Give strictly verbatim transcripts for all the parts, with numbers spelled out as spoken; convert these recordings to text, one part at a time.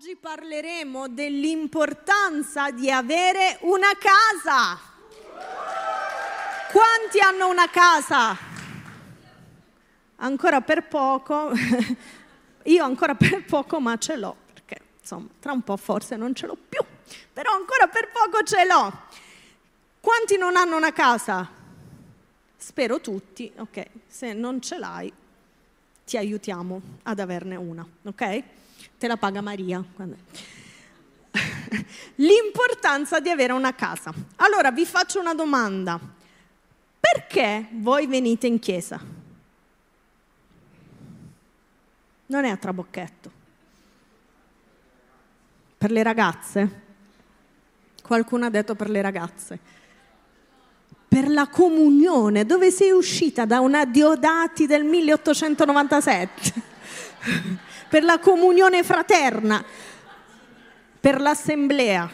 Oggi parleremo dell'importanza di avere una casa. Quanti hanno una casa? Ancora per poco. Io ancora per poco, ma ce l'ho, perché insomma tra un po' forse non ce l'ho più, però ancora per poco ce l'ho. Quanti non hanno una casa? Spero tutti, ok? Se non ce l'hai, ti aiutiamo ad averne una, ok? Te la paga Maria. L'importanza di avere una casa. Allora vi faccio una domanda. Perché voi venite in chiesa? Non è a trabocchetto. Per le ragazze? Qualcuno ha detto per le ragazze. Per la comunione, dove sei uscita da una Diodati del milleottocentonovantasette. Per la comunione fraterna, per l'assemblea,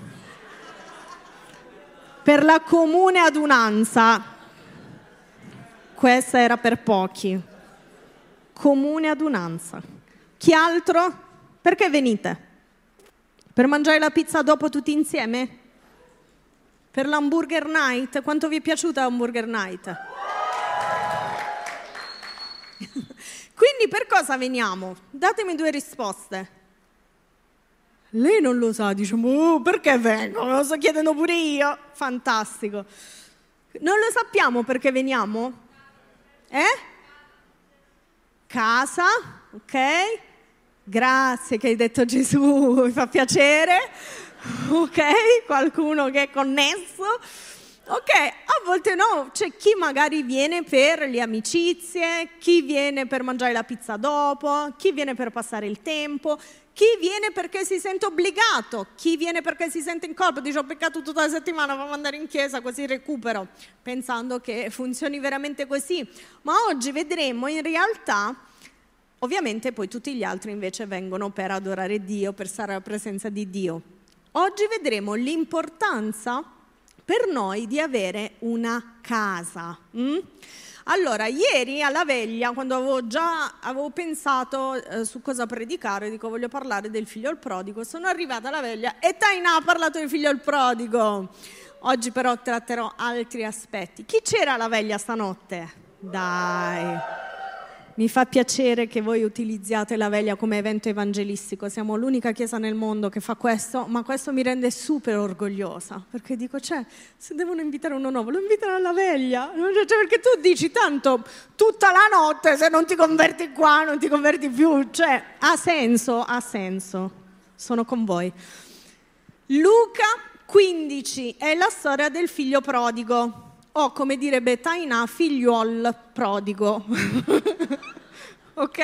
per la comune adunanza. Questa era per pochi. Comune adunanza. Chi altro? Perché venite? Per mangiare la pizza dopo tutti insieme? Per l'hamburger night? Quanto vi è piaciuta l'hamburger night? Quindi per cosa veniamo? Datemi due risposte. Lei non lo sa, dice, oh, perché vengo? Me lo sto chiedendo pure io. Fantastico. Non lo sappiamo perché veniamo? Eh? Casa, ok? Grazie che hai detto Gesù, mi fa piacere. Ok? Qualcuno che è connesso? Ok, a volte no, c'è chi magari viene per le amicizie, chi viene per mangiare la pizza dopo, chi viene per passare il tempo, chi viene perché si sente obbligato, chi viene perché si sente in colpa, dice ho peccato tutta la settimana, vado andare in chiesa così recupero, pensando che funzioni veramente così. Ma oggi vedremo in realtà, ovviamente poi tutti gli altri invece vengono per adorare Dio, per stare alla presenza di Dio. Oggi vedremo l'importanza per noi di avere una casa. Mm? Allora, ieri alla veglia, quando avevo già avevo pensato eh, su cosa predicare, dico voglio parlare del figlio il prodigo, sono arrivata alla veglia e Taina ha parlato del figlio il prodigo. Oggi però tratterò altri aspetti. Chi c'era alla veglia stanotte? Dai! Mi fa piacere che voi utilizziate la veglia come evento evangelistico, siamo l'unica chiesa nel mondo che fa questo, ma questo mi rende super orgogliosa, perché dico, cioè, se devono invitare uno nuovo, lo invitano alla veglia, cioè, perché tu dici tanto tutta la notte, se non ti converti qua, non ti converti più, cioè, ha senso, ha senso, sono con voi. Luca quindici è la storia del figlio prodigo. O come direbbe Taina, figliuol prodigo. Ok?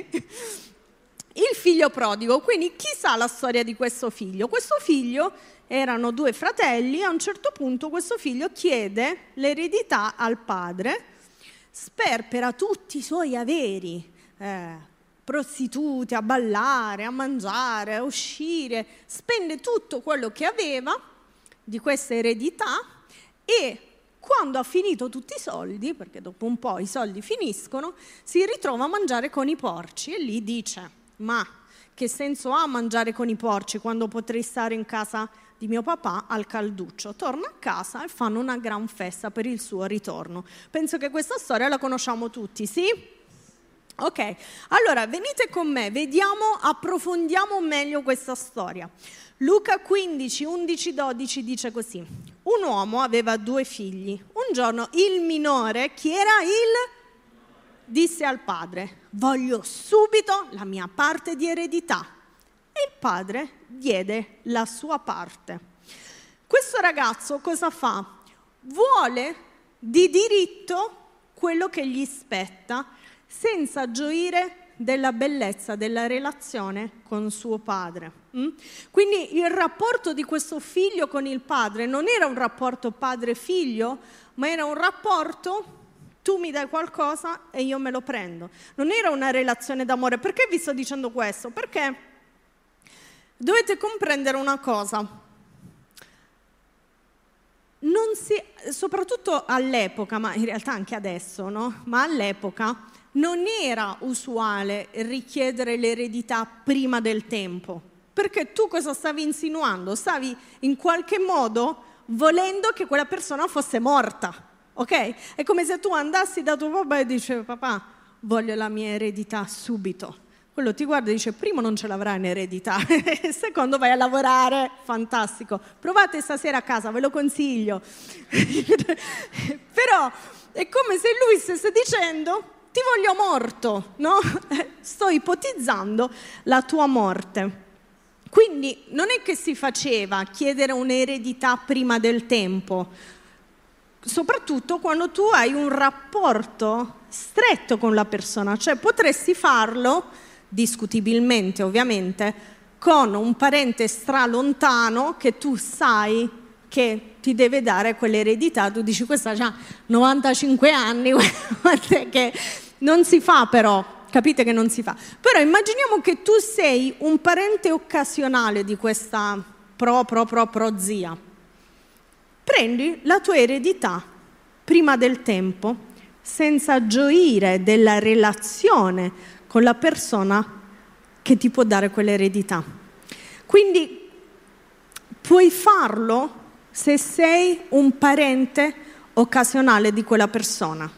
Il figlio prodigo, quindi chi sa la storia di questo figlio? Questo figlio, erano due fratelli, a un certo punto questo figlio chiede l'eredità al padre, sperpera tutti i suoi averi, eh, prostitute, a ballare, a mangiare, a uscire, spende tutto quello che aveva di questa eredità e quando ha finito tutti i soldi, perché dopo un po' i soldi finiscono, si ritrova a mangiare con i porci e lì dice, ma che senso ha mangiare con i porci quando potrei stare in casa di mio papà al calduccio? Torna a casa e fanno una gran festa per il suo ritorno. Penso che questa storia la conosciamo tutti, sì? Ok, allora venite con me, vediamo, approfondiamo meglio questa storia. Luca quindici, undici, dodici dice così: un uomo aveva due figli. Un giorno il minore, chi era il? Disse al padre: voglio subito la mia parte di eredità. E il padre diede la sua parte. Questo ragazzo cosa fa? Vuole di diritto quello che gli spetta, senza gioire della bellezza della relazione con suo padre. Mm? Quindi il rapporto di questo figlio con il padre non era un rapporto padre-figlio, ma era un rapporto tu mi dai qualcosa e io me lo prendo. Non era una relazione d'amore. Perché vi sto dicendo questo? Perché dovete comprendere una cosa. Non si, soprattutto all'epoca, ma in realtà anche adesso, no? Ma all'epoca non era usuale richiedere l'eredità prima del tempo. Perché tu cosa stavi insinuando? Stavi in qualche modo volendo che quella persona fosse morta, ok? È come se tu andassi da tuo papà e dicevi: papà, voglio la mia eredità subito. Quello ti guarda e dice: primo, non ce l'avrai in eredità, secondo, vai a lavorare, fantastico. Provate stasera a casa, ve lo consiglio. Però è come se lui stesse dicendo: ti voglio morto, no? Sto ipotizzando la tua morte. Quindi non è che si faceva chiedere un'eredità prima del tempo, soprattutto quando tu hai un rapporto stretto con la persona, cioè potresti farlo, discutibilmente ovviamente, con un parente stralontano che tu sai che ti deve dare quell'eredità. Tu dici: questa ha novantacinque anni, che non si fa però. Capite che non si fa? Però immaginiamo che tu sei un parente occasionale di questa pro, pro, pro, pro zia. Prendi la tua eredità prima del tempo, senza gioire della relazione con la persona che ti può dare quell'eredità. Quindi puoi farlo se sei un parente occasionale di quella persona.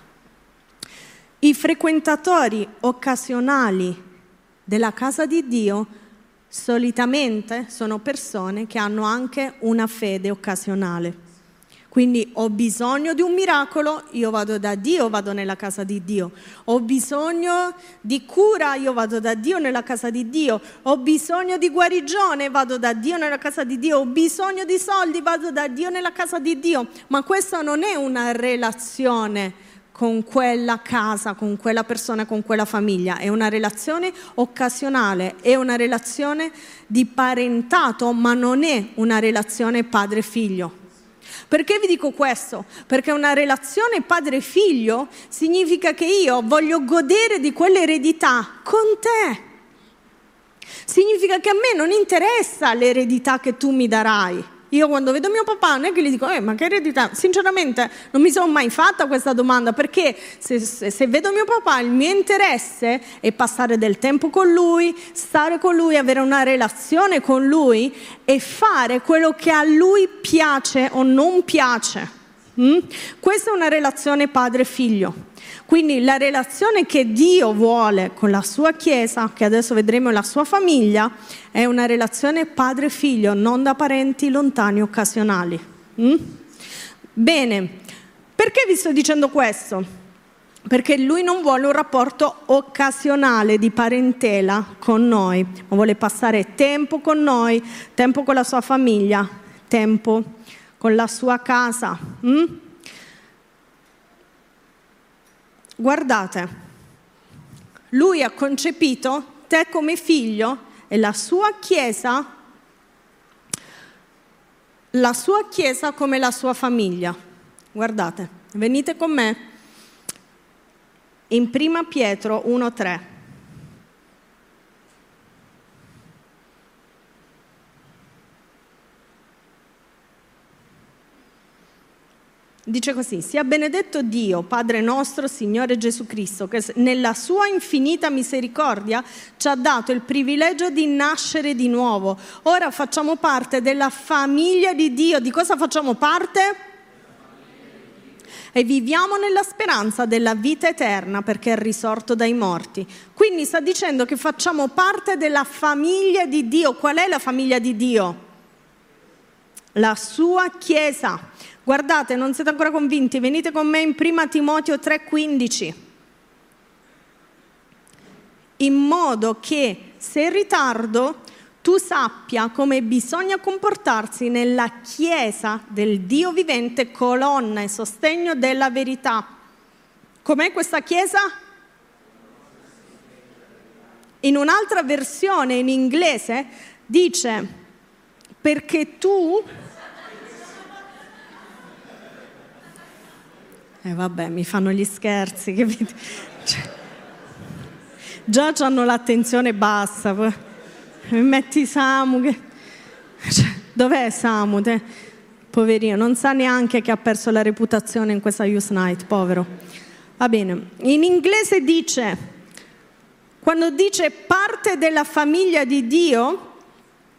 I frequentatori occasionali della casa di Dio solitamente sono persone che hanno anche una fede occasionale. Quindi ho bisogno di un miracolo, io vado da Dio, vado nella casa di Dio. Ho bisogno di cura, io vado da Dio nella casa di Dio. Ho bisogno di guarigione, vado da Dio nella casa di Dio. Ho bisogno di soldi, vado da Dio nella casa di Dio. Ma questa non è una relazione con quella casa, con quella persona, con quella famiglia. È una relazione occasionale, è una relazione di parentato, ma non è una relazione padre-figlio. Perché vi dico questo? Perché una relazione padre-figlio significa che io voglio godere di quell'eredità con te. Significa che a me non interessa l'eredità che tu mi darai. Io quando vedo mio papà non è che gli dico: eh, ma che eredità? Sinceramente non mi sono mai fatta questa domanda, perché se, se, se vedo mio papà, il mio interesse è passare del tempo con lui, stare con lui, avere una relazione con lui e fare quello che a lui piace o non piace. Mm? Questa è una relazione padre-figlio. Quindi la relazione che Dio vuole con la sua Chiesa, che adesso vedremo la sua famiglia, è una relazione padre-figlio, non da parenti lontani occasionali. Mm? Bene, perché vi sto dicendo questo? Perché lui non vuole un rapporto occasionale di parentela con noi, ma vuole passare tempo con noi, tempo con la sua famiglia, tempo con la sua casa. Mm? Guardate, lui ha concepito te come figlio e la sua chiesa, la sua chiesa come la sua famiglia. Guardate, venite con me in prima Pietro uno tre. Dice così: sia benedetto Dio, Padre nostro, Signore Gesù Cristo, che nella sua infinita misericordia ci ha dato il privilegio di nascere di nuovo. Ora facciamo parte della famiglia di Dio. Di cosa facciamo parte? E viviamo nella speranza della vita eterna, perché è risorto dai morti. Quindi sta dicendo che facciamo parte della famiglia di Dio. Qual è la famiglia di Dio? La sua Chiesa. Guardate, non siete ancora convinti? Venite con me in prima Timoteo tre quindici. In modo che, se in ritardo, tu sappia come bisogna comportarsi nella Chiesa del Dio vivente, colonna e sostegno della verità. Com'è questa Chiesa? In un'altra versione, in inglese, dice: perché tu... E eh vabbè, mi fanno gli scherzi, capite? Cioè, già hanno l'attenzione bassa, poi metti Samu, che... cioè, dov'è Samu? Te? Poverino, non sa neanche che ha perso la reputazione in questa Youth Night, povero. Va bene, in inglese dice, quando dice parte della famiglia di Dio,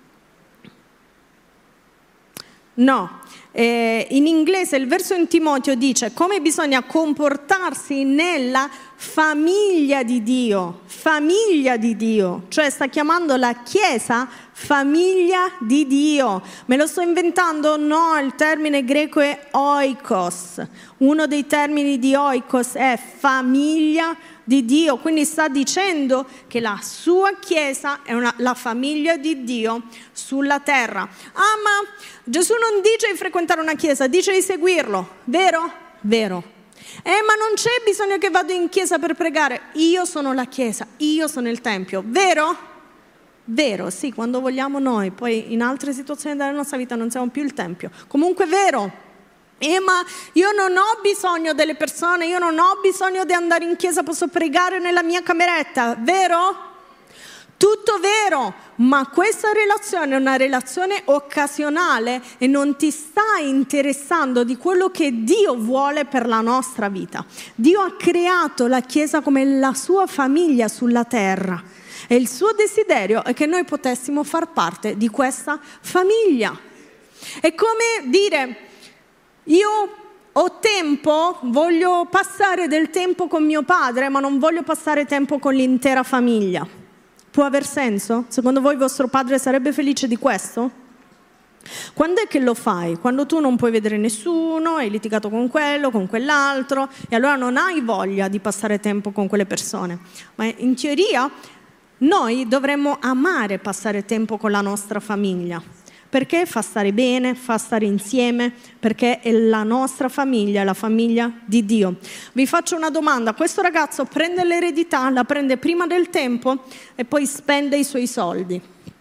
No. Eh, in inglese il verso in Timoteo dice come bisogna comportarsi nella famiglia di Dio, famiglia di Dio, cioè sta chiamando la Chiesa famiglia di Dio. Me lo sto inventando? No, il termine greco è oikos, uno dei termini di oikos è famiglia di Dio, quindi sta dicendo che la sua Chiesa è una, la famiglia di Dio sulla terra. Ah, ma Gesù non dice di frequentare una Chiesa, dice di seguirlo, vero? Vero. Eh, ma non c'è bisogno che vado in chiesa per pregare, io sono la Chiesa, io sono il Tempio, vero? Vero, sì, quando vogliamo noi, poi in altre situazioni della nostra vita non siamo più il Tempio, comunque vero. Eh, ma io non ho bisogno delle persone, io non ho bisogno di andare in chiesa, posso pregare nella mia cameretta, vero? Tutto vero, ma questa relazione è una relazione occasionale e non ti stai interessando di quello che Dio vuole per la nostra vita. Dio ha creato la Chiesa come la sua famiglia sulla terra e il suo desiderio è che noi potessimo far parte di questa famiglia. È come dire: io ho tempo, voglio passare del tempo con mio padre, ma non voglio passare tempo con l'intera famiglia. Può aver senso? Secondo voi vostro padre sarebbe felice di questo? Quando è che lo fai? Quando tu non puoi vedere nessuno, hai litigato con quello, con quell'altro, e allora non hai voglia di passare tempo con quelle persone. Ma in teoria noi dovremmo amare passare tempo con la nostra famiglia. Perché fa stare bene, fa stare insieme, perché è la nostra famiglia, la famiglia di Dio. Vi faccio una domanda: questo ragazzo prende l'eredità, la prende prima del tempo e poi spende i suoi soldi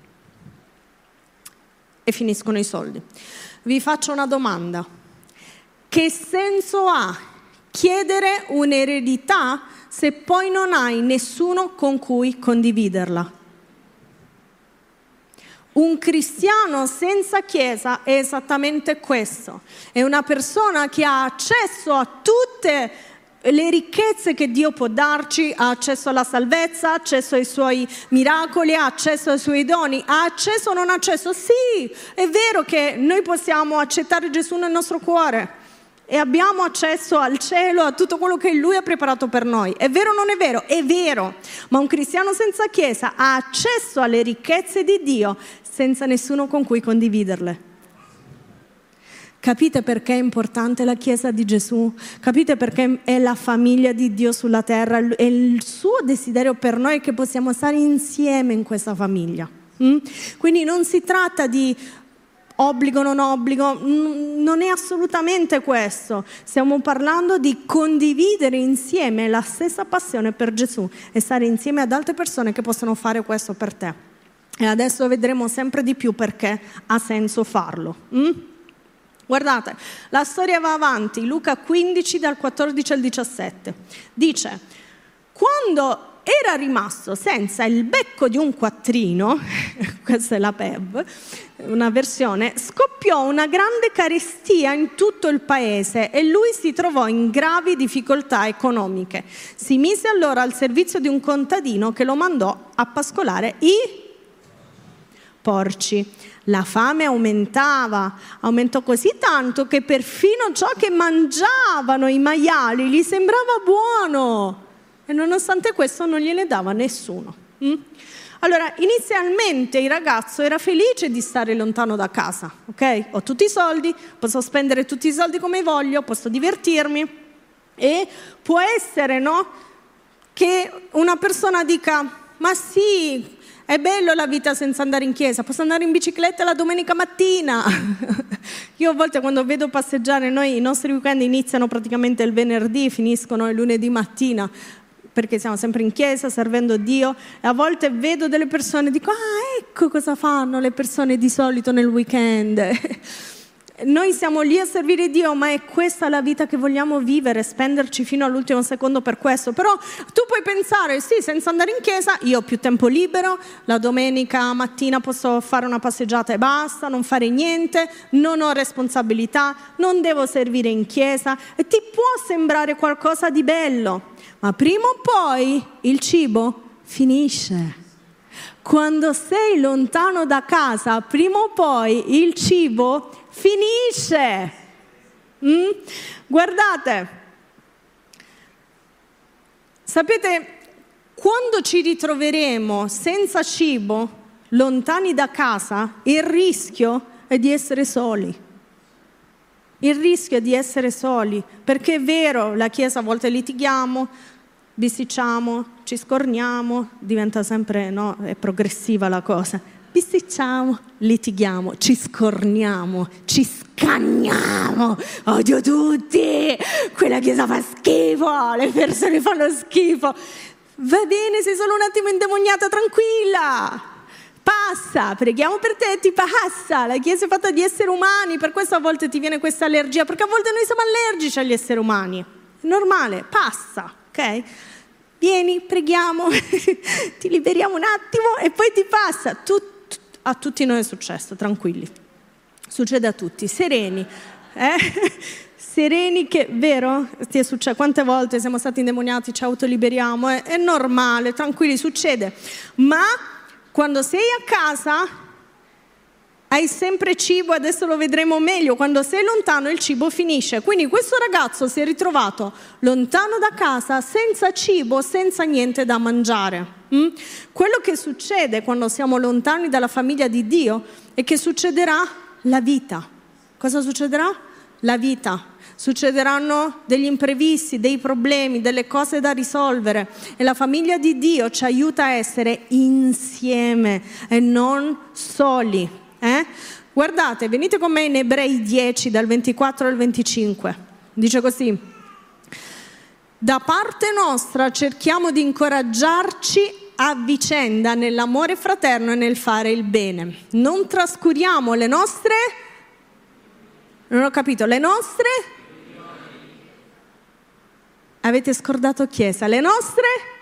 e finiscono i soldi. Vi faccio una domanda: che senso ha chiedere un'eredità se poi non hai nessuno con cui condividerla? Un cristiano senza chiesa è esattamente questo, è una persona che ha accesso a tutte le ricchezze che Dio può darci, ha accesso alla salvezza, ha accesso ai suoi miracoli, ha accesso ai suoi doni, ha accesso o non ha accesso? Sì, è vero che noi possiamo accettare Gesù nel nostro cuore e abbiamo accesso al cielo, a tutto quello che Lui ha preparato per noi. È vero o non è vero? È vero, ma un cristiano senza chiesa ha accesso alle ricchezze di Dio senza nessuno con cui condividerle. Capite perché è importante la Chiesa di Gesù? Capite perché è la famiglia di Dio sulla terra? E il suo desiderio per noi è che possiamo stare insieme in questa famiglia. Mm? Quindi non si tratta di obbligo, non obbligo, non è assolutamente questo. Stiamo parlando di condividere insieme la stessa passione per Gesù e stare insieme ad altre persone che possono fare questo per te. E adesso vedremo sempre di più perché ha senso farlo. Mm? Guardate, la storia va avanti, Luca quindici dal quattordici al diciassette. Dice: quando era rimasto senza il becco di un quattrino, questa è la P E V, una versione, scoppiò una grande carestia in tutto il paese e lui si trovò in gravi difficoltà economiche. Si mise allora al servizio di un contadino che lo mandò a pascolare i porci. La fame aumentava, aumentò così tanto che perfino ciò che mangiavano i maiali gli sembrava buono e nonostante questo non gliene dava nessuno. Mm? Allora, inizialmente il ragazzo era felice di stare lontano da casa, ok? Ho tutti i soldi, posso spendere tutti i soldi come voglio, posso divertirmi e può essere, no? Che una persona dica: ma sì, è bello la vita senza andare in chiesa, posso andare in bicicletta la domenica mattina. Io a volte quando vedo passeggiare, noi i nostri weekend iniziano praticamente il venerdì, finiscono il lunedì mattina, perché siamo sempre in chiesa servendo Dio, e a volte vedo delle persone e dico: ah, ecco cosa fanno le persone di solito nel weekend. Noi siamo lì a servire Dio, ma è questa la vita che vogliamo vivere, spenderci fino all'ultimo secondo per questo. Però tu puoi pensare: sì, senza andare in chiesa io ho più tempo libero, la domenica mattina posso fare una passeggiata e basta, non fare niente, non ho responsabilità, non devo servire in chiesa, e ti può sembrare qualcosa di bello, ma prima o poi il cibo finisce. Quando sei lontano da casa, prima o poi il cibo finisce. Mm? Guardate, sapete, quando ci ritroveremo senza cibo, lontani da casa, il rischio è di essere soli. Il rischio è di essere soli, perché è vero, la Chiesa a volte litighiamo, bisticciamo, ci scorniamo, diventa sempre, no, è progressiva la cosa. Bisticciamo, litighiamo, ci scorniamo, ci scagniamo, odio tutti, quella Chiesa fa schifo, le persone fanno schifo. Va bene, sei solo un attimo indemoniata, tranquilla. Passa, preghiamo per te, ti passa. La Chiesa è fatta di esseri umani, per questo a volte ti viene questa allergia, perché a volte noi siamo allergici agli esseri umani. È normale, passa, ok? Vieni, preghiamo, ti liberiamo un attimo e poi ti passa. Tut- a tutti noi è successo, tranquilli. Succede a tutti, sereni. Eh? Sereni che, vero? Ti è successo? Quante volte siamo stati indemoniati, ci autoliberiamo, è, è normale, tranquilli, succede. Ma quando sei a casa hai sempre cibo, adesso lo vedremo meglio, quando sei lontano il cibo finisce. Quindi questo ragazzo si è ritrovato lontano da casa, senza cibo, senza niente da mangiare. Mm? Quello che succede quando siamo lontani dalla famiglia di Dio è che succederà la vita. Cosa succederà? La vita. Succederanno degli imprevisti, dei problemi, delle cose da risolvere e la famiglia di Dio ci aiuta a essere insieme e non soli. Eh? Guardate, venite con me in Ebrei dieci dal ventiquattro al venticinque. Dice così: da parte nostra cerchiamo di incoraggiarci a vicenda nell'amore fraterno e nel fare il bene. Non trascuriamo le nostre, non ho capito, le nostre, avete scordato Chiesa, le nostre?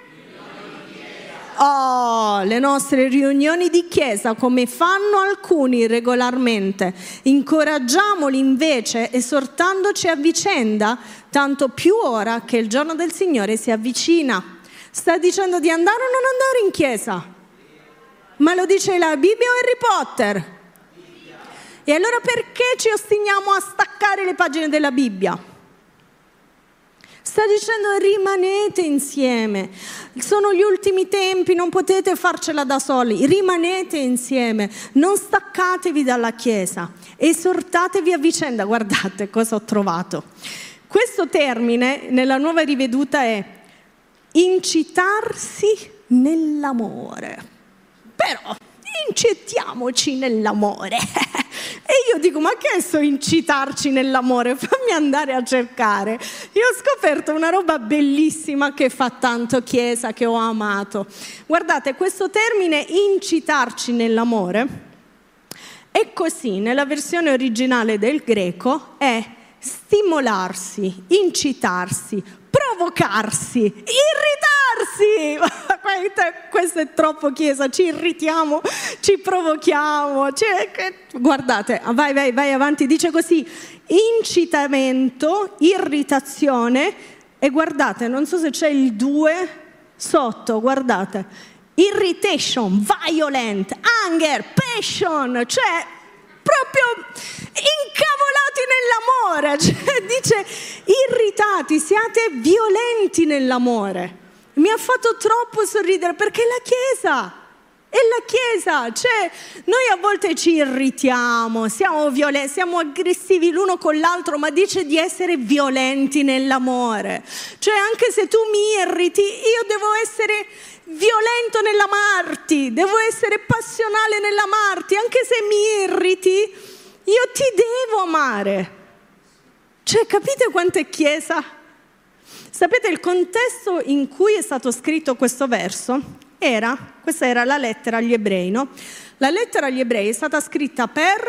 Oh, le nostre riunioni di Chiesa, come fanno alcuni regolarmente. Incoraggiamoli invece esortandoci a vicenda, tanto più ora che il giorno del Signore si avvicina. Sta dicendo di andare o non andare in Chiesa? Ma lo dice la Bibbia o Harry Potter? E allora perché ci ostiniamo a staccare le pagine della Bibbia? Sta dicendo rimanete insieme, sono gli ultimi tempi, non potete farcela da soli, rimanete insieme, non staccatevi dalla Chiesa, esortatevi a vicenda. Guardate cosa ho trovato. Questo termine nella nuova riveduta è incitarsi nell'amore. Però incitiamoci nell'amore. E io dico, ma che è sto incitarci nell'amore? Fammi andare a cercare. Io ho scoperto una roba bellissima che fa tanto Chiesa, che ho amato. Guardate, questo termine incitarci nell'amore è così, nella versione originale del greco, è stimolarsi, incitarsi, provocarsi, irritarsi. Questo è troppo Chiesa, ci irritiamo, ci provochiamo. Cioè, guardate, vai, vai, vai avanti, dice così: incitamento, irritazione, e guardate, non so se c'è il due sotto, guardate, irritation, violent, anger, passion, cioè proprio incavolati nell'amore, cioè, dice irritati, siate violenti nell'amore. Mi ha fatto troppo sorridere perché è la Chiesa, è la Chiesa, cioè noi a volte ci irritiamo, siamo violenti, siamo aggressivi l'uno con l'altro, ma dice di essere violenti nell'amore, cioè anche se tu mi irriti, io devo essere violento nell'amarti, devo essere passionale nell'amarti, anche se mi irriti, io ti devo amare. Cioè, capite quanto è Chiesa? Sapete, il contesto in cui è stato scritto questo verso era, questa era la lettera agli ebrei, no? La lettera agli ebrei è stata scritta per,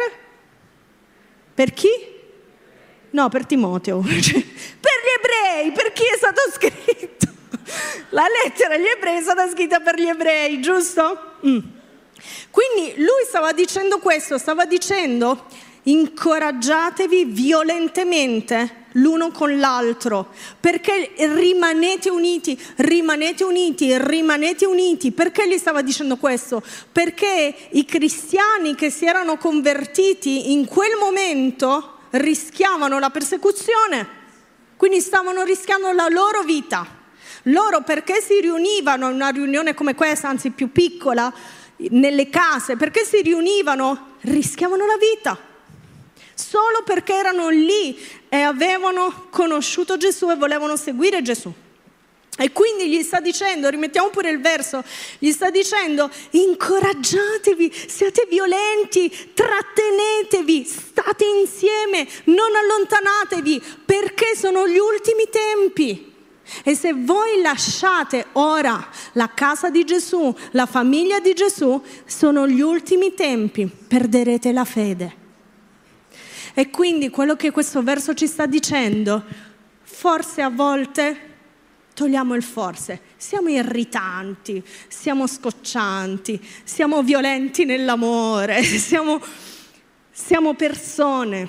per chi? No, per Timoteo, per gli ebrei, per chi è stato scritto? La lettera agli ebrei è stata scritta per gli ebrei, giusto? Mm. Quindi lui stava dicendo questo, stava dicendo incoraggiatevi violentemente l'uno con l'altro, perché rimanete uniti, rimanete uniti, rimanete uniti. Perché gli stava dicendo questo? Perché i cristiani che si erano convertiti in quel momento rischiavano la persecuzione, quindi stavano rischiando la loro vita. Loro, perché si riunivano in una riunione come questa, anzi più piccola, nelle case, perché si riunivano, rischiavano la vita. Solo perché erano lì e avevano conosciuto Gesù e volevano seguire Gesù. E quindi gli sta dicendo, rimettiamo pure il verso, gli sta dicendo: incoraggiatevi, siate violenti, trattenetevi, state insieme, non allontanatevi, perché sono gli ultimi tempi. E se voi lasciate ora la casa di Gesù, la famiglia di Gesù, sono gli ultimi tempi, perderete la fede. E quindi quello che questo verso ci sta dicendo, forse a volte togliamo il forse, siamo irritanti, siamo scoccianti, siamo violenti nell'amore, siamo, siamo persone.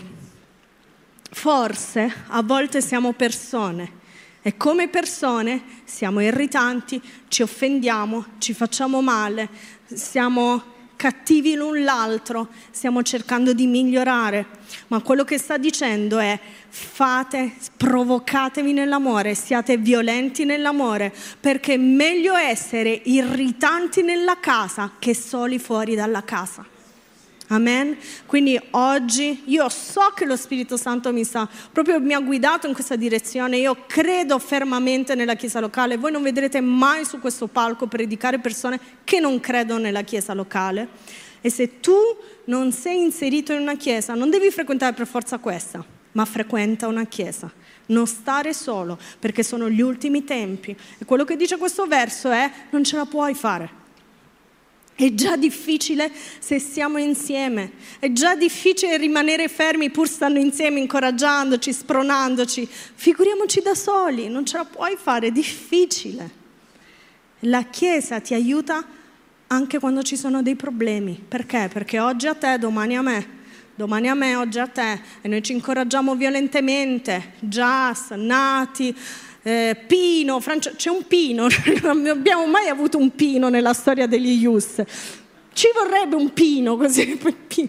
Forse a volte siamo persone e come persone siamo irritanti, ci offendiamo, ci facciamo male, siamo cattivi l'un l'altro, stiamo cercando di migliorare, ma quello che sta dicendo è: fate, provocatevi nell'amore, siate violenti nell'amore, perché è meglio essere irritanti nella casa che soli fuori dalla casa. Amen? Quindi oggi io so che lo Spirito Santo mi sta, proprio mi ha guidato in questa direzione. Io credo fermamente nella chiesa locale. Voi non vedrete mai su questo palco predicare persone che non credono nella chiesa locale. E se tu non sei inserito in una chiesa, non devi frequentare per forza questa, ma frequenta una chiesa. Non stare solo, perché sono gli ultimi tempi. E quello che dice questo verso è: non ce la puoi fare. È già difficile se stiamo insieme, è già difficile rimanere fermi pur stando insieme, incoraggiandoci, spronandoci. Figuriamoci da soli, non ce la puoi fare, è difficile. La Chiesa ti aiuta anche quando ci sono dei problemi. Perché? Perché oggi a te, domani a me, domani a me, oggi a te. E noi ci incoraggiamo violentemente. Jas, Nati, Eh, Pino, France... c'è un Pino, non abbiamo mai avuto un Pino nella storia degli Ius, ci vorrebbe un Pino così,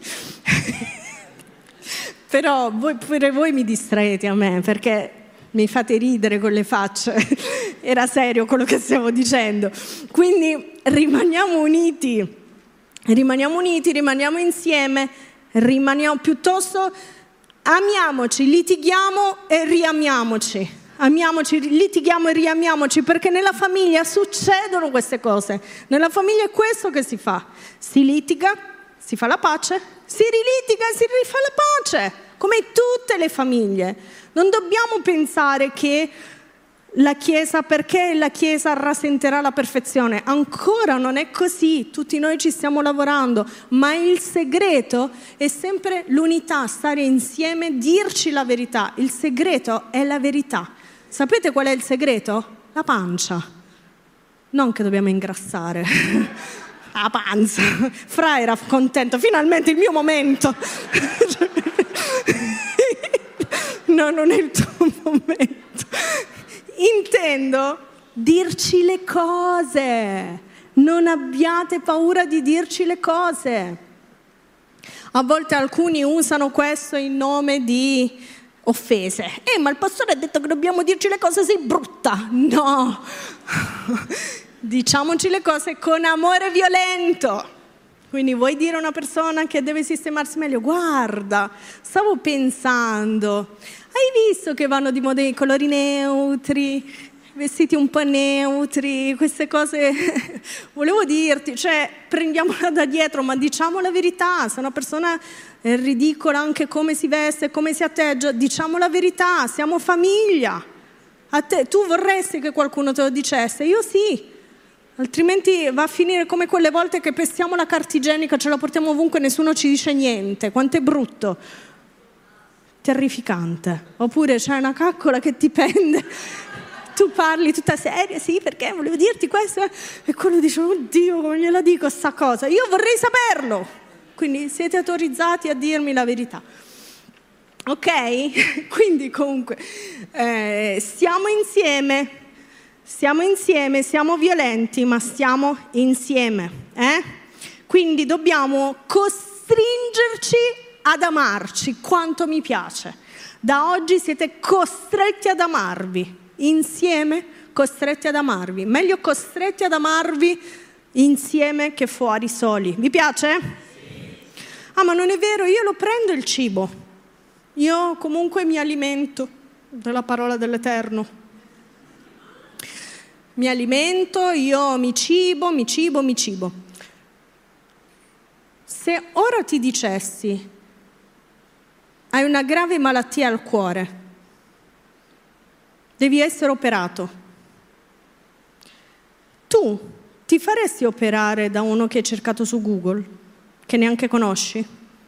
però voi, pure voi mi distraete a me perché mi fate ridere con le facce, era serio quello che stiamo dicendo, quindi rimaniamo uniti, rimaniamo uniti, rimaniamo insieme, rimaniamo piuttosto, amiamoci, litighiamo e riamiamoci. Amiamoci, litighiamo e riamiamoci, perché nella famiglia succedono queste cose. Nella famiglia è questo che si fa. Si litiga, si fa la pace, si rilitiga e si rifà la pace, come in tutte le famiglie. Non dobbiamo pensare che la Chiesa, perché la Chiesa rassenterà la perfezione. Ancora non è così, tutti noi ci stiamo lavorando, ma il segreto è sempre l'unità, stare insieme, dirci la verità. Il segreto è la verità. Sapete qual è il segreto? La pancia. Non che dobbiamo ingrassare. La panza. Fra era contento, finalmente il mio momento. No, non è il tuo momento. Intendo dirci le cose. Non abbiate paura di dirci le cose. A volte alcuni usano questo in nome di offese. Eh, ma il pastore ha detto che dobbiamo dirci le cose, sei brutta. No. Diciamoci le cose con amore violento. Quindi vuoi dire a una persona che deve sistemarsi meglio: guarda, stavo pensando, hai visto che vanno di moda i colori neutri, vestiti un po' neutri, queste cose, volevo dirti, cioè prendiamola da dietro, ma diciamo la verità. Se una persona è ridicola anche come si veste, come si atteggia, diciamo la verità, siamo famiglia. A te, tu vorresti che qualcuno te lo dicesse? Io sì. Altrimenti va a finire come quelle volte che pestiamo la carta igienica, ce la portiamo ovunque e nessuno ci dice niente. Quanto è brutto, terrificante. Oppure c'è una caccola che ti pende, tu parli tutta seria, sì, perché volevo dirti questo, e quello dice: oddio, come gliela dico sta cosa? Io vorrei saperlo. Quindi siete autorizzati a dirmi la verità. Ok? Quindi comunque eh, stiamo insieme, stiamo insieme, siamo violenti, ma stiamo insieme. Eh? Quindi dobbiamo costringerci ad amarci, quanto mi piace. Da oggi siete costretti ad amarvi, insieme costretti ad amarvi. Meglio costretti ad amarvi insieme che fuori soli. Vi piace? Sì. Ah, ma non è vero, io lo prendo il cibo. Io comunque mi alimento della parola dell'Eterno. Mi alimento, io mi cibo, mi cibo, mi cibo. Se ora ti dicessi hai una grave malattia al cuore, devi essere operato, tu ti faresti operare da uno che hai cercato su Google, che neanche conosci?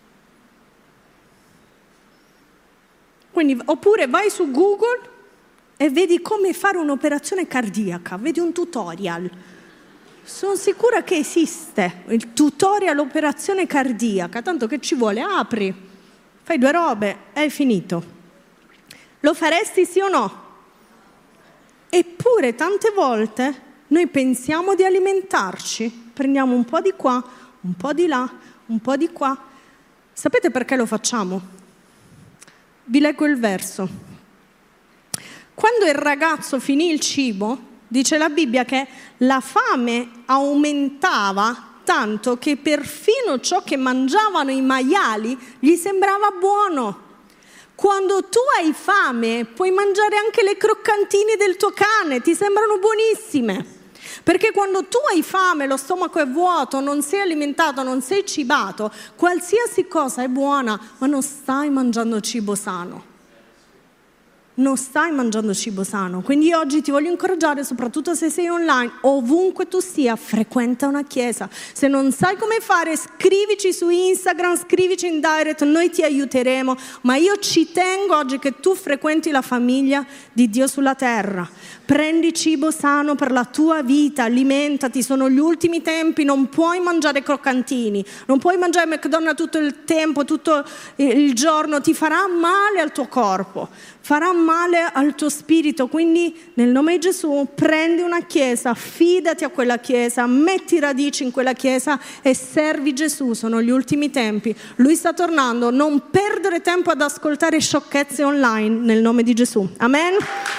Quindi, oppure vai su Google e vedi come fare un'operazione cardiaca, vedi un tutorial. Sono sicura che esiste il tutorial operazione cardiaca, tanto che ci vuole, apri. Fai due robe, è finito. Lo faresti sì o no? Eppure tante volte noi pensiamo di alimentarci, prendiamo un po' di qua, un po' di là, un po' di qua. Sapete perché lo facciamo? Vi leggo il verso. Quando il ragazzo finì il cibo, dice la Bibbia che la fame aumentava tanto che perfino ciò che mangiavano i maiali gli sembrava buono. Quando tu hai fame puoi mangiare anche le croccantine del tuo cane, ti sembrano buonissime. Perché quando tu hai fame, lo stomaco è vuoto, non sei alimentato, non sei cibato, qualsiasi cosa è buona, ma non stai mangiando cibo sano. Non stai mangiando cibo sano. Quindi oggi ti voglio incoraggiare, soprattutto se sei online, ovunque tu sia, frequenta una chiesa. Se non sai come fare, scrivici su Instagram, scrivici in direct, noi ti aiuteremo. Ma io ci tengo oggi che tu frequenti la famiglia di Dio sulla terra. Prendi cibo sano per la tua vita, alimentati, sono gli ultimi tempi, non puoi mangiare croccantini, non puoi mangiare McDonald's tutto il tempo, tutto il giorno, ti farà male al tuo corpo, farà male al tuo spirito. Quindi nel nome di Gesù prendi una chiesa, fidati a quella chiesa, metti radici in quella chiesa e servi Gesù. Sono gli ultimi tempi, Lui sta tornando, non perdere tempo ad ascoltare sciocchezze online nel nome di Gesù. Amen.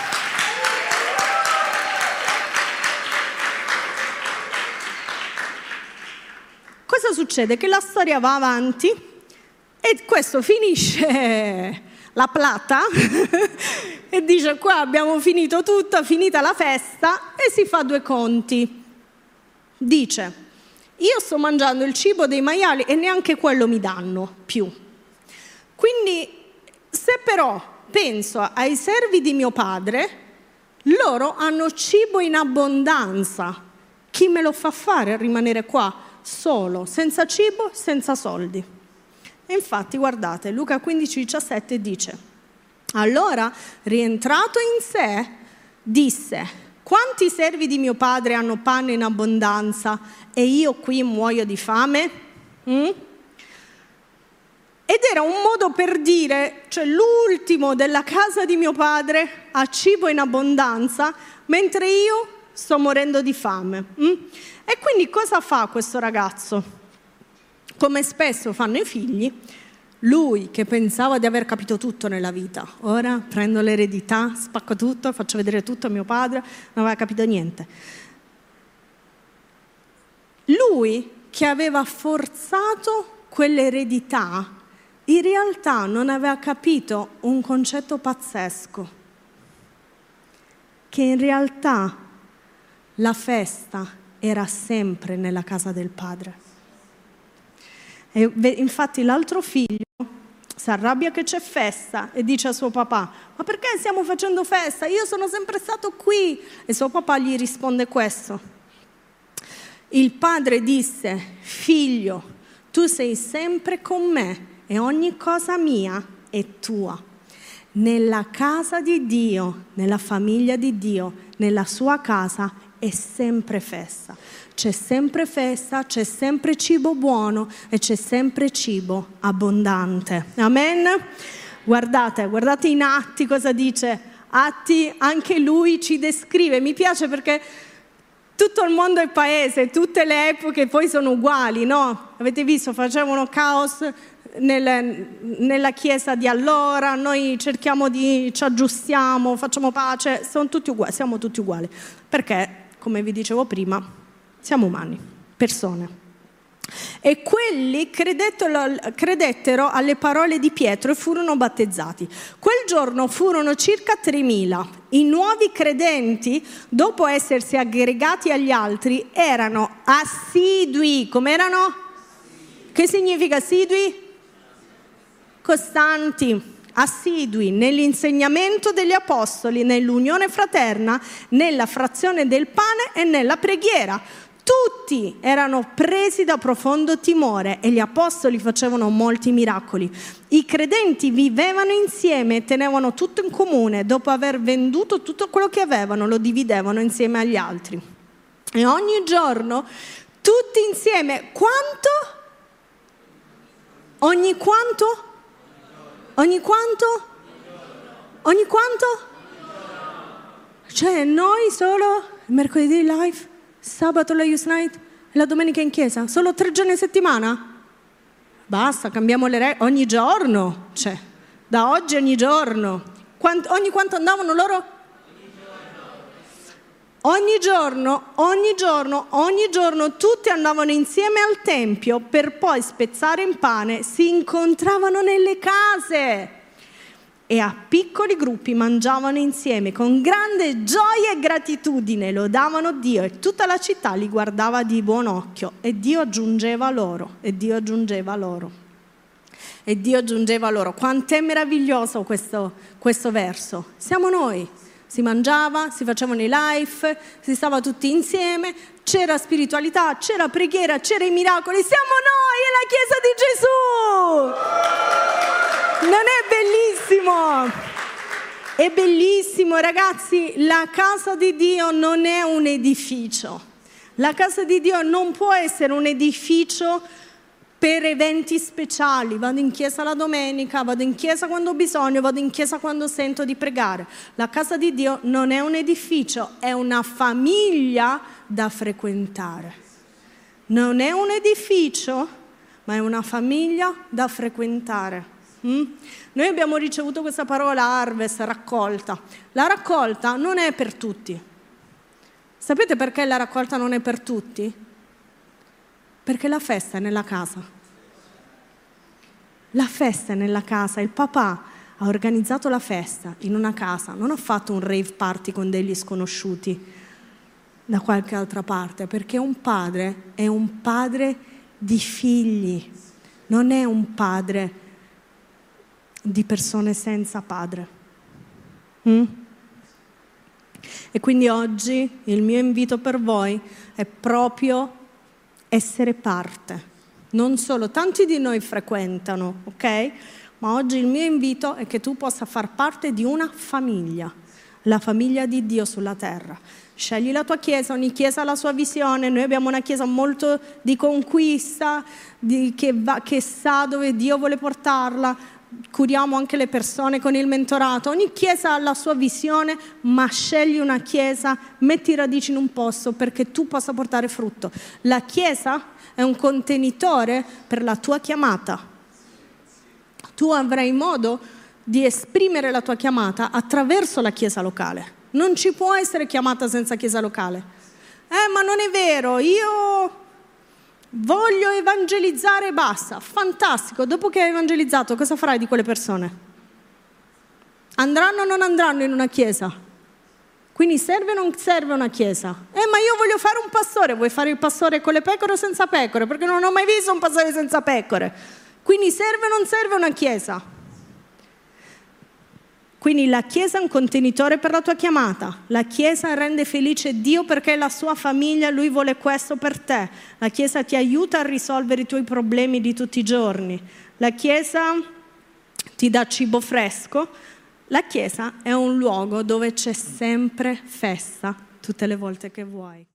Cosa succede? Che la storia va avanti e questo finisce la plata e dice: qua abbiamo finito tutto, finita la festa, e si fa due conti. Dice: io sto mangiando il cibo dei maiali e neanche quello mi danno più. Quindi se però penso ai servi di mio padre, loro hanno cibo in abbondanza. Chi me lo fa fare a rimanere qua solo, senza cibo, senza soldi? E infatti guardate, Luca quindici diciassette dice: allora, rientrato in sé, disse: quanti servi di mio padre hanno pane in abbondanza e io qui muoio di fame? Mm? Ed era un modo per dire, cioè l'ultimo della casa di mio padre ha cibo in abbondanza, mentre io sto morendo di fame. Mm? E quindi cosa fa questo ragazzo? Come spesso fanno i figli, lui che pensava di aver capito tutto nella vita, ora prendo l'eredità, spacco tutto, faccio vedere tutto a mio padre, non aveva capito niente. Lui che aveva forzato quell'eredità, in realtà non aveva capito un concetto pazzesco, che in realtà la festa era sempre nella casa del padre. E infatti l'altro figlio si arrabbia che c'è festa e dice a suo papà: ma perché stiamo facendo festa? Io sono sempre stato qui. E suo papà gli risponde questo: il padre disse: figlio, tu sei sempre con me e ogni cosa mia è tua. Nella casa di Dio, nella famiglia di Dio, nella sua casa è sempre festa. C'è sempre festa, c'è sempre cibo buono e c'è sempre cibo abbondante. Amen? Guardate, guardate in Atti cosa dice. Atti, anche lui ci descrive. Mi piace perché tutto il mondo è paese, tutte le epoche poi sono uguali, no? Avete visto, facevano caos nel, nella chiesa di allora, noi cerchiamo di, ci aggiustiamo, facciamo pace, sono tutti uguali, siamo tutti uguali. Perché, come vi dicevo prima, siamo umani, persone. E quelli credettero, credettero alle parole di Pietro e furono battezzati. Quel giorno furono circa tremila. I nuovi credenti, dopo essersi aggregati agli altri, erano assidui. Come erano? Che significa assidui? Costanti, assidui nell'insegnamento degli apostoli, nell'unione fraterna, nella frazione del pane e nella preghiera. Tutti erano presi da profondo timore e gli apostoli facevano molti miracoli. I credenti vivevano insieme e tenevano tutto in comune. Dopo aver venduto tutto quello che avevano, lo dividevano insieme agli altri. E ogni giorno, tutti insieme, quanto? Ogni quanto? Ogni quanto? Ogni quanto? Cioè noi solo mercoledì live? Sabato la youth night e la domenica in chiesa? Solo tre giorni a settimana? Basta, cambiamo le regole. Ogni giorno, cioè, da oggi ogni giorno. Quant- ogni quanto andavano loro? Ogni giorno, ogni giorno, ogni giorno tutti andavano insieme al tempio per poi spezzare in pane, si incontravano nelle case e a piccoli gruppi mangiavano insieme con grande gioia e gratitudine, lodavano Dio e tutta la città li guardava di buon occhio e Dio aggiungeva loro, e Dio aggiungeva loro, e Dio aggiungeva loro. Quant'è meraviglioso questo, questo verso. Siamo noi, si mangiava, si facevano i live, si stava tutti insieme, c'era spiritualità, c'era preghiera, c'era i miracoli. Siamo noi, è la Chiesa di Gesù! Non è bellissimo? È bellissimo, ragazzi. La casa di Dio non è un edificio. La casa di Dio non può essere un edificio per eventi speciali. Vado in chiesa la domenica, vado in chiesa quando ho bisogno, vado in chiesa quando sento di pregare. La casa di Dio non è un edificio, è una famiglia da frequentare. Non è un edificio, ma è una famiglia da frequentare. Mm? Noi abbiamo ricevuto questa parola harvest, raccolta. La raccolta non è per tutti. Sapete perché la raccolta non è per tutti? Perché la festa è nella casa. La festa è nella casa. Il papà ha organizzato la festa in una casa, non ha fatto un rave party con degli sconosciuti da qualche altra parte, perché un padre è un padre di figli, non è un padre di persone senza padre. Mm? E quindi oggi il mio invito per voi è proprio essere parte. Non solo, tanti di noi frequentano, ok? Ma oggi il mio invito è che tu possa far parte di una famiglia, la famiglia di Dio sulla terra. Scegli la tua chiesa, ogni chiesa ha la sua visione. Noi abbiamo una chiesa molto di conquista, di, che, va, che sa dove Dio vuole portarla. Curiamo anche le persone con il mentorato. Ogni chiesa ha la sua visione, ma scegli una chiesa, metti radici in un posto perché tu possa portare frutto. La chiesa è un contenitore per la tua chiamata. Tu avrai modo di esprimere la tua chiamata attraverso la chiesa locale. Non ci può essere chiamata senza chiesa locale. Eh, ma non è vero, io voglio evangelizzare e basta. Fantastico, dopo che hai evangelizzato cosa farai di quelle persone? Andranno o non andranno in una chiesa? Quindi serve o non serve una chiesa? Eh, ma io voglio fare un pastore. Vuoi fare il pastore con le pecore o senza pecore? Perché non ho mai visto un pastore senza pecore. Quindi serve o non serve una chiesa? Quindi la Chiesa è un contenitore per la tua chiamata. La Chiesa rende felice Dio perché è la sua famiglia, Lui vuole questo per te. La Chiesa ti aiuta a risolvere i tuoi problemi di tutti i giorni. La Chiesa ti dà cibo fresco. La Chiesa è un luogo dove c'è sempre festa tutte le volte che vuoi.